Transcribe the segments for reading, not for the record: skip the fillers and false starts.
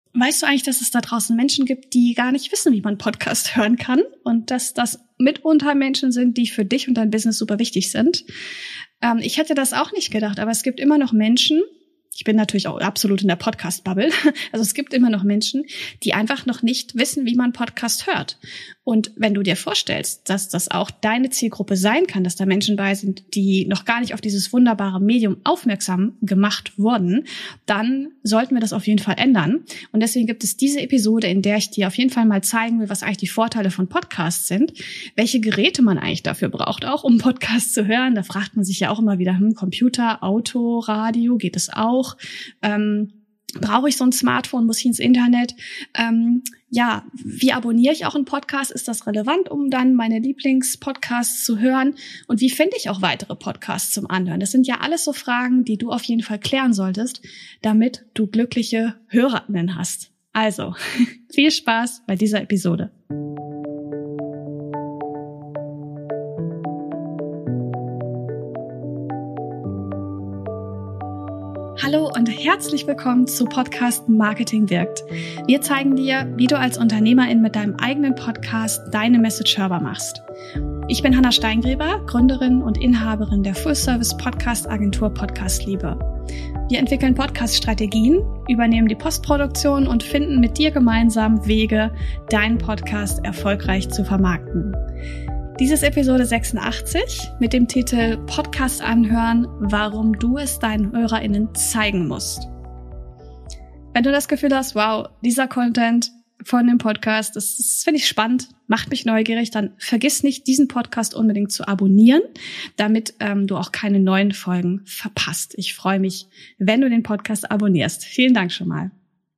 Weißt du eigentlich, dass es da draußen Menschen gibt, die gar nicht wissen, wie man Podcast hören kann und dass das mitunter Menschen sind, die für dich und dein Business super wichtig sind? Ich hätte das auch nicht gedacht, aber es gibt immer noch Menschen, ich bin natürlich auch absolut in der Podcast-Bubble, also es gibt immer noch Menschen, die einfach noch nicht wissen, wie man Podcast hört. Und wenn du dir vorstellst, dass das auch deine Zielgruppe sein kann, dass da Menschen bei sind, die noch gar nicht auf dieses wunderbare Medium aufmerksam gemacht wurden, dann sollten wir das auf jeden Fall ändern. Und deswegen gibt es diese Episode, in der ich dir auf jeden Fall mal zeigen will, was eigentlich die Vorteile von Podcasts sind, welche Geräte man eigentlich dafür braucht, auch um Podcasts zu hören. Da fragt man sich ja auch immer wieder, Computer, Auto, Radio, geht es auch? Brauche ich so ein Smartphone? Muss ich ins Internet? Wie abonniere ich auch einen Podcast? Ist das relevant, um dann meine Lieblingspodcasts zu hören? Und wie finde ich auch weitere Podcasts zum Anhören? Das sind ja alles so Fragen, die du auf jeden Fall klären solltest, damit du glückliche HörerInnen hast. Also, viel Spaß bei dieser Episode. Hallo und herzlich willkommen zu Podcast Marketing wirkt. Wir zeigen dir, wie du als Unternehmerin mit deinem eigenen Podcast deine Message hörbar machst. Ich bin Hanna Steingräber, Gründerin und Inhaberin der Full-Service-Podcast-Agentur Podcastliebe. Wir entwickeln Podcast-Strategien, übernehmen die Postproduktion und finden mit dir gemeinsam Wege, deinen Podcast erfolgreich zu vermarkten. Dies ist Episode 86 mit dem Titel Podcast anhören, warum du es deinen HörerInnen zeigen musst. Wenn du das Gefühl hast, wow, dieser Content von dem Podcast, das finde ich spannend, macht mich neugierig, dann vergiss nicht, diesen Podcast unbedingt zu abonnieren, damit du auch keine neuen Folgen verpasst. Ich freue mich, wenn du den Podcast abonnierst. Vielen Dank schon mal.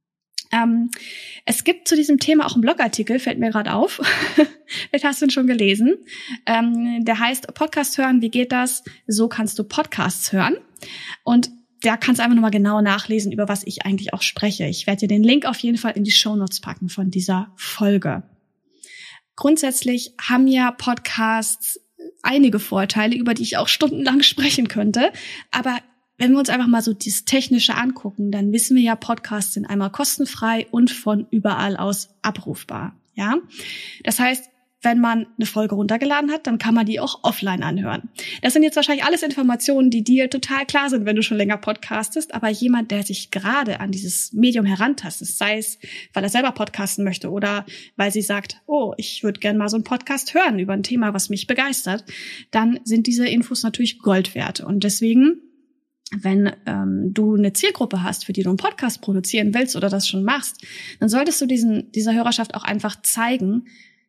Es gibt zu diesem Thema auch einen Blogartikel, fällt mir gerade auf. Vielleicht hast du ihn schon gelesen. Der heißt Podcast hören, wie geht das? So kannst du Podcasts hören. Und da kannst du einfach nochmal genau nachlesen, über was ich eigentlich auch spreche. Ich werde dir den Link auf jeden Fall in die Shownotes packen von dieser Folge. Grundsätzlich haben ja Podcasts einige Vorteile, über die ich auch stundenlang sprechen könnte. Aber wenn wir uns einfach mal so dieses Technische angucken, dann wissen wir ja, Podcasts sind einmal kostenfrei und von überall aus abrufbar. Ja, das heißt, wenn man eine Folge runtergeladen hat, dann kann man die auch offline anhören. Das sind jetzt wahrscheinlich alles Informationen, die dir total klar sind, wenn du schon länger podcastest. Aber jemand, der sich gerade an dieses Medium herantastet, sei es, weil er selber podcasten möchte oder weil sie sagt, oh, ich würde gerne mal so einen Podcast hören über ein Thema, was mich begeistert, dann sind diese Infos natürlich Gold wert. Und deswegen, wenn du eine Zielgruppe hast, für die du einen Podcast produzieren willst oder das schon machst, dann solltest du dieser Hörerschaft auch einfach zeigen,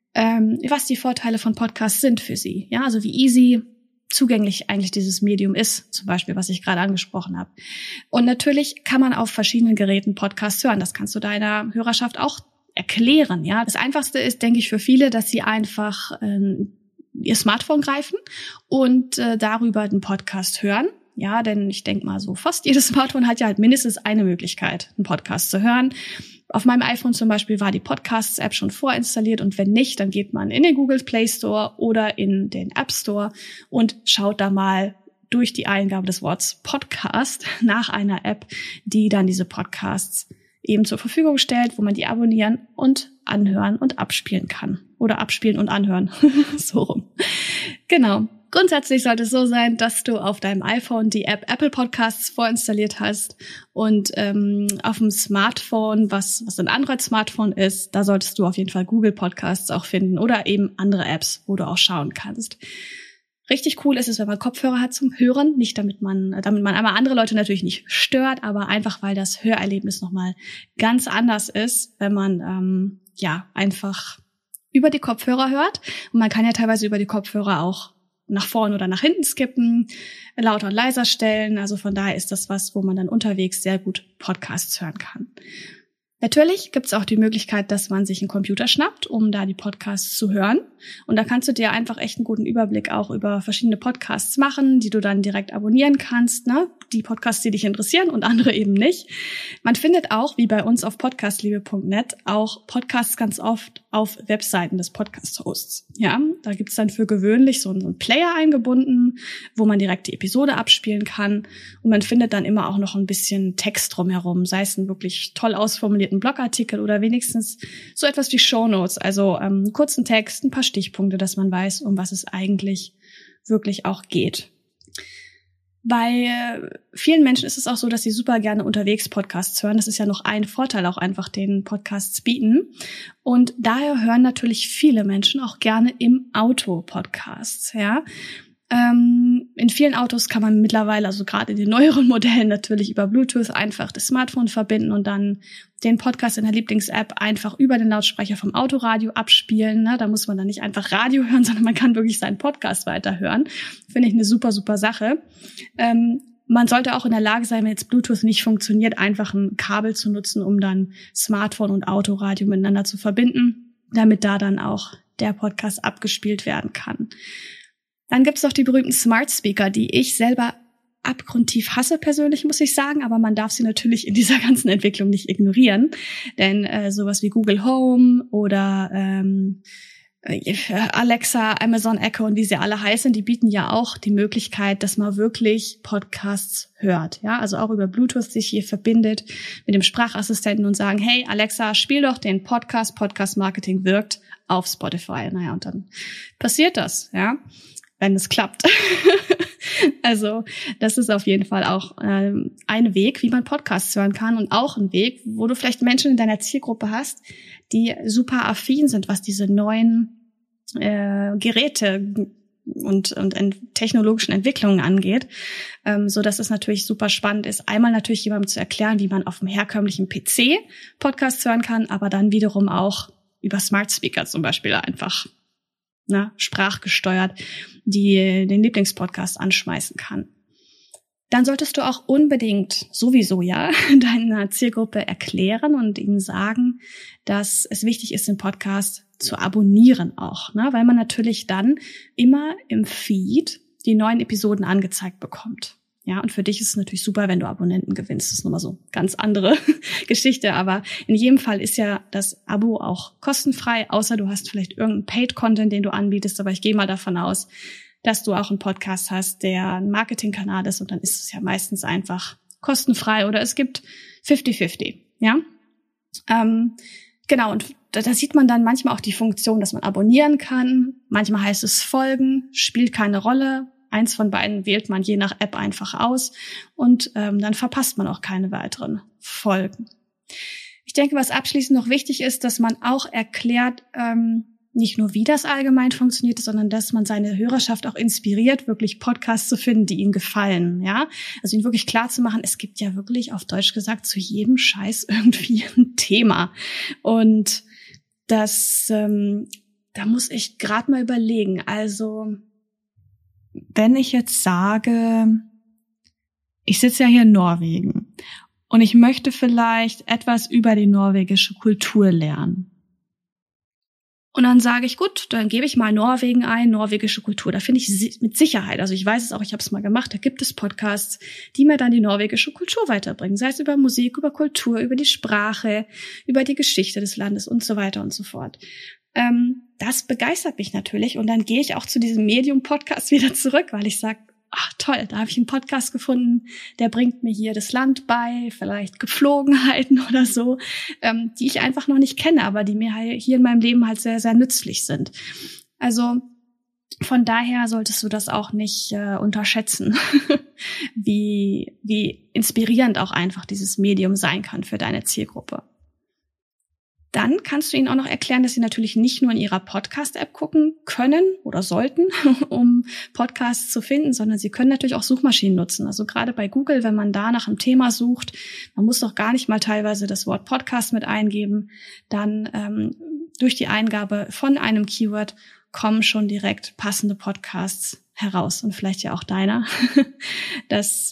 was die Vorteile von Podcasts sind für sie. Ja, also wie easy zugänglich eigentlich dieses Medium ist, zum Beispiel, was ich gerade angesprochen habe. Und natürlich kann man auf verschiedenen Geräten Podcasts hören. Das kannst du deiner Hörerschaft auch erklären. Ja, das Einfachste ist, denke ich, für viele, dass sie einfach ihr Smartphone greifen und darüber den Podcast hören. Ja, denn ich denke mal so, fast jedes Smartphone hat ja halt mindestens eine Möglichkeit, einen Podcast zu hören. Auf meinem iPhone zum Beispiel war die Podcasts-App schon vorinstalliert und wenn nicht, dann geht man in den Google Play Store oder in den App Store und schaut da mal durch die Eingabe des Wortes Podcast nach einer App, die dann diese Podcasts eben zur Verfügung stellt, wo man die abonnieren und anhören und abspielen kann. Oder abspielen und anhören. So rum. Genau. Grundsätzlich sollte es so sein, dass du auf deinem iPhone die App Apple Podcasts vorinstalliert hast und auf dem Smartphone, was ein Android-Smartphone ist, da solltest du auf jeden Fall Google Podcasts auch finden oder eben andere Apps, wo du auch schauen kannst. Richtig cool ist es, wenn man Kopfhörer hat zum Hören, nicht damit man einmal andere Leute natürlich nicht stört, aber einfach, weil das Hörerlebnis nochmal ganz anders ist, wenn man einfach über die Kopfhörer hört. Und man kann ja teilweise über die Kopfhörer auch nach vorn oder nach hinten skippen, lauter und leiser stellen. Also von daher ist das was, wo man dann unterwegs sehr gut Podcasts hören kann. Natürlich gibt es auch die Möglichkeit, dass man sich einen Computer schnappt, um da die Podcasts zu hören. Und da kannst du dir einfach echt einen guten Überblick auch über verschiedene Podcasts machen, die du dann direkt abonnieren kannst, ne? Die Podcasts, die dich interessieren und andere eben nicht. Man findet auch, wie bei uns auf podcastliebe.net, auch Podcasts ganz oft auf Webseiten des Podcast-Hosts. Ja, da gibt's dann für gewöhnlich so einen Player eingebunden, wo man direkt die Episode abspielen kann. Und man findet dann immer auch noch ein bisschen Text drumherum, sei es einen wirklich toll ausformulierten Blogartikel oder wenigstens so etwas wie Shownotes, also einen kurzen Text, ein paar Stichpunkte, dass man weiß, um was es eigentlich wirklich auch geht. Bei vielen Menschen ist es auch so, dass sie super gerne unterwegs Podcasts hören. Das ist ja noch ein Vorteil auch einfach, den Podcasts bieten. Und daher hören natürlich viele Menschen auch gerne im Auto Podcasts, ja. In vielen Autos kann man mittlerweile, also gerade in den neueren Modellen, natürlich über Bluetooth einfach das Smartphone verbinden und dann den Podcast in der Lieblings-App einfach über den Lautsprecher vom Autoradio abspielen. Ne? Da muss man dann nicht einfach Radio hören, sondern man kann wirklich seinen Podcast weiterhören. Finde ich eine super, super Sache. Man sollte auch in der Lage sein, wenn jetzt Bluetooth nicht funktioniert, einfach ein Kabel zu nutzen, um dann Smartphone und Autoradio miteinander zu verbinden, damit da dann auch der Podcast abgespielt werden kann. Dann gibt's noch die berühmten Smart Speaker, die ich selber abgrundtief hasse persönlich, muss ich sagen, aber man darf sie natürlich in dieser ganzen Entwicklung nicht ignorieren, denn sowas wie Google Home oder Alexa, Amazon Echo und wie sie alle heißen, die bieten ja auch die Möglichkeit, dass man wirklich Podcasts hört, ja, also auch über Bluetooth sich hier verbindet mit dem Sprachassistenten und sagen, hey Alexa, spiel doch den Podcast Marketing wirkt auf Spotify. Naja, und dann passiert das, ja, wenn es klappt. Also das ist auf jeden Fall auch ein Weg, wie man Podcasts hören kann und auch ein Weg, wo du vielleicht Menschen in deiner Zielgruppe hast, die super affin sind, was diese neuen Geräte und technologischen Entwicklungen angeht, so dass es natürlich super spannend ist, einmal natürlich jemandem zu erklären, wie man auf dem herkömmlichen PC Podcasts hören kann, aber dann wiederum auch über Smart Speaker zum Beispiel einfach sprachgesteuert, die den Lieblingspodcast anschmeißen kann. Dann solltest du auch unbedingt sowieso deiner Zielgruppe erklären und ihnen sagen, dass es wichtig ist, den Podcast zu abonnieren auch, ne? Weil man natürlich dann immer im Feed die neuen Episoden angezeigt bekommt. Ja, und für dich ist es natürlich super, wenn du Abonnenten gewinnst. Das ist nochmal so ganz andere Geschichte. Aber in jedem Fall ist ja das Abo auch kostenfrei, außer du hast vielleicht irgendeinen Paid-Content, den du anbietest. Aber ich gehe mal davon aus, dass du auch einen Podcast hast, der ein Marketingkanal ist. Und dann ist es ja meistens einfach kostenfrei oder es gibt 50-50. Ja, genau. Und da sieht man dann manchmal auch die Funktion, dass man abonnieren kann. Manchmal heißt es folgen, spielt keine Rolle. Eins von beiden wählt man je nach App einfach aus und dann verpasst man auch keine weiteren Folgen. Ich denke, was abschließend noch wichtig ist, dass man auch erklärt, nicht nur wie das allgemein funktioniert, sondern dass man seine Hörerschaft auch inspiriert, wirklich Podcasts zu finden, die ihnen gefallen. Ja, also ihnen wirklich klar zu machen, es gibt ja wirklich auf Deutsch gesagt zu jedem Scheiß irgendwie ein Thema und das, da muss ich gerade mal überlegen. Also wenn ich jetzt sage, ich sitze ja hier in Norwegen und ich möchte vielleicht etwas über die norwegische Kultur lernen. Und dann sage ich, gut, dann gebe ich mal Norwegen ein, norwegische Kultur. Da finde ich mit Sicherheit, also ich weiß es auch, ich habe es mal gemacht, da gibt es Podcasts, die mir dann die norwegische Kultur weiterbringen. Sei es über Musik, über Kultur, über die Sprache, über die Geschichte des Landes und so weiter und so fort. Das begeistert mich natürlich und dann gehe ich auch zu diesem Medium-Podcast wieder zurück, weil ich sage, ach toll, da habe ich einen Podcast gefunden, der bringt mir hier das Land bei, vielleicht Gepflogenheiten oder so, die ich einfach noch nicht kenne, aber die mir hier in meinem Leben halt sehr, sehr nützlich sind. Also von daher solltest du das auch nicht unterschätzen, wie inspirierend auch einfach dieses Medium sein kann für deine Zielgruppe. Dann kannst du ihnen auch noch erklären, dass sie natürlich nicht nur in ihrer Podcast-App gucken können oder sollten, um Podcasts zu finden, sondern sie können natürlich auch Suchmaschinen nutzen. Also gerade bei Google, wenn man da nach einem Thema sucht, man muss doch gar nicht mal teilweise das Wort Podcast mit eingeben, dann durch die Eingabe von einem Keyword kommen schon direkt passende Podcasts heraus und vielleicht ja auch deiner. Das,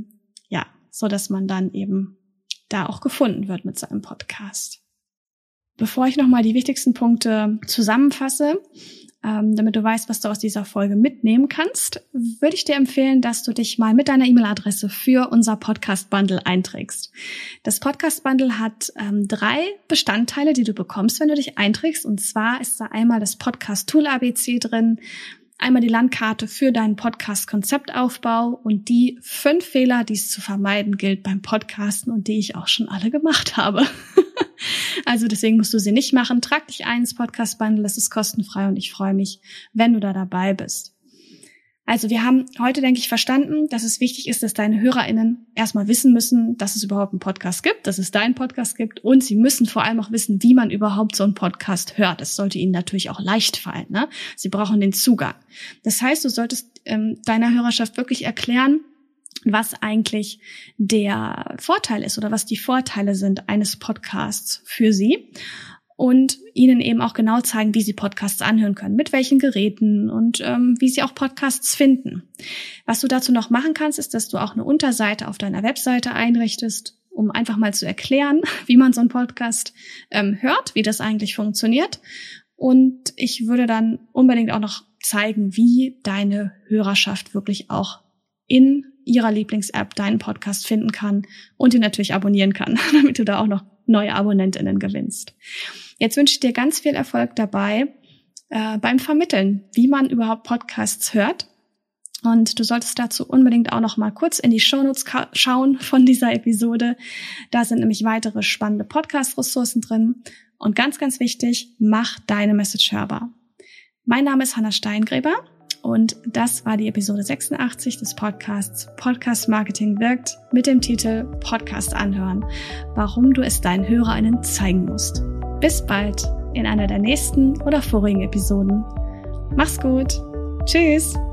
so dass man dann eben da auch gefunden wird mit seinem Podcast. Bevor ich nochmal die wichtigsten Punkte zusammenfasse, damit du weißt, was du aus dieser Folge mitnehmen kannst, würde ich dir empfehlen, dass du dich mal mit deiner E-Mail-Adresse für unser Podcast-Bundle einträgst. Das Podcast-Bundle hat 3 Bestandteile, die du bekommst, wenn du dich einträgst. Und zwar ist da einmal das Podcast-Tool-ABC drin, einmal die Landkarte für deinen Podcast-Konzeptaufbau und die 5 Fehler, die es zu vermeiden gilt beim Podcasten und die ich auch schon alle gemacht habe. Also deswegen musst du sie nicht machen. Trag dich ein ins Podcast-Bundle, das ist kostenfrei und ich freue mich, wenn du da dabei bist. Also wir haben heute, denke ich, verstanden, dass es wichtig ist, dass deine HörerInnen erstmal wissen müssen, dass es überhaupt einen Podcast gibt, dass es deinen Podcast gibt und sie müssen vor allem auch wissen, wie man überhaupt so einen Podcast hört. Das sollte ihnen natürlich auch leicht fallen, ne? Sie brauchen den Zugang. Das heißt, du solltest deiner Hörerschaft wirklich erklären, was eigentlich der Vorteil ist oder was die Vorteile sind eines Podcasts für sie und ihnen eben auch genau zeigen, wie sie Podcasts anhören können, mit welchen Geräten und wie sie auch Podcasts finden. Was du dazu noch machen kannst, ist, dass du auch eine Unterseite auf deiner Webseite einrichtest, um einfach mal zu erklären, wie man so einen Podcast hört, wie das eigentlich funktioniert. Und ich würde dann unbedingt auch noch zeigen, wie deine Hörerschaft wirklich auch in ihrer Lieblings-App deinen Podcast finden kann und ihn natürlich abonnieren kann, damit du da auch noch neue AbonnentInnen gewinnst. Jetzt wünsche ich dir ganz viel Erfolg dabei beim Vermitteln, wie man überhaupt Podcasts hört. Und du solltest dazu unbedingt auch noch mal kurz in die Shownotes schauen von dieser Episode. Da sind nämlich weitere spannende Podcast-Ressourcen drin. Und ganz, ganz wichtig, mach deine Message hörbar. Mein Name ist Hanna Steingräber. Und das war die Episode 86 des Podcasts Podcast Marketing wirkt mit dem Titel Podcast anhören, warum du es deinen HörerInnen zeigen musst. Bis bald in einer der nächsten oder vorigen Episoden. Mach's gut. Tschüss.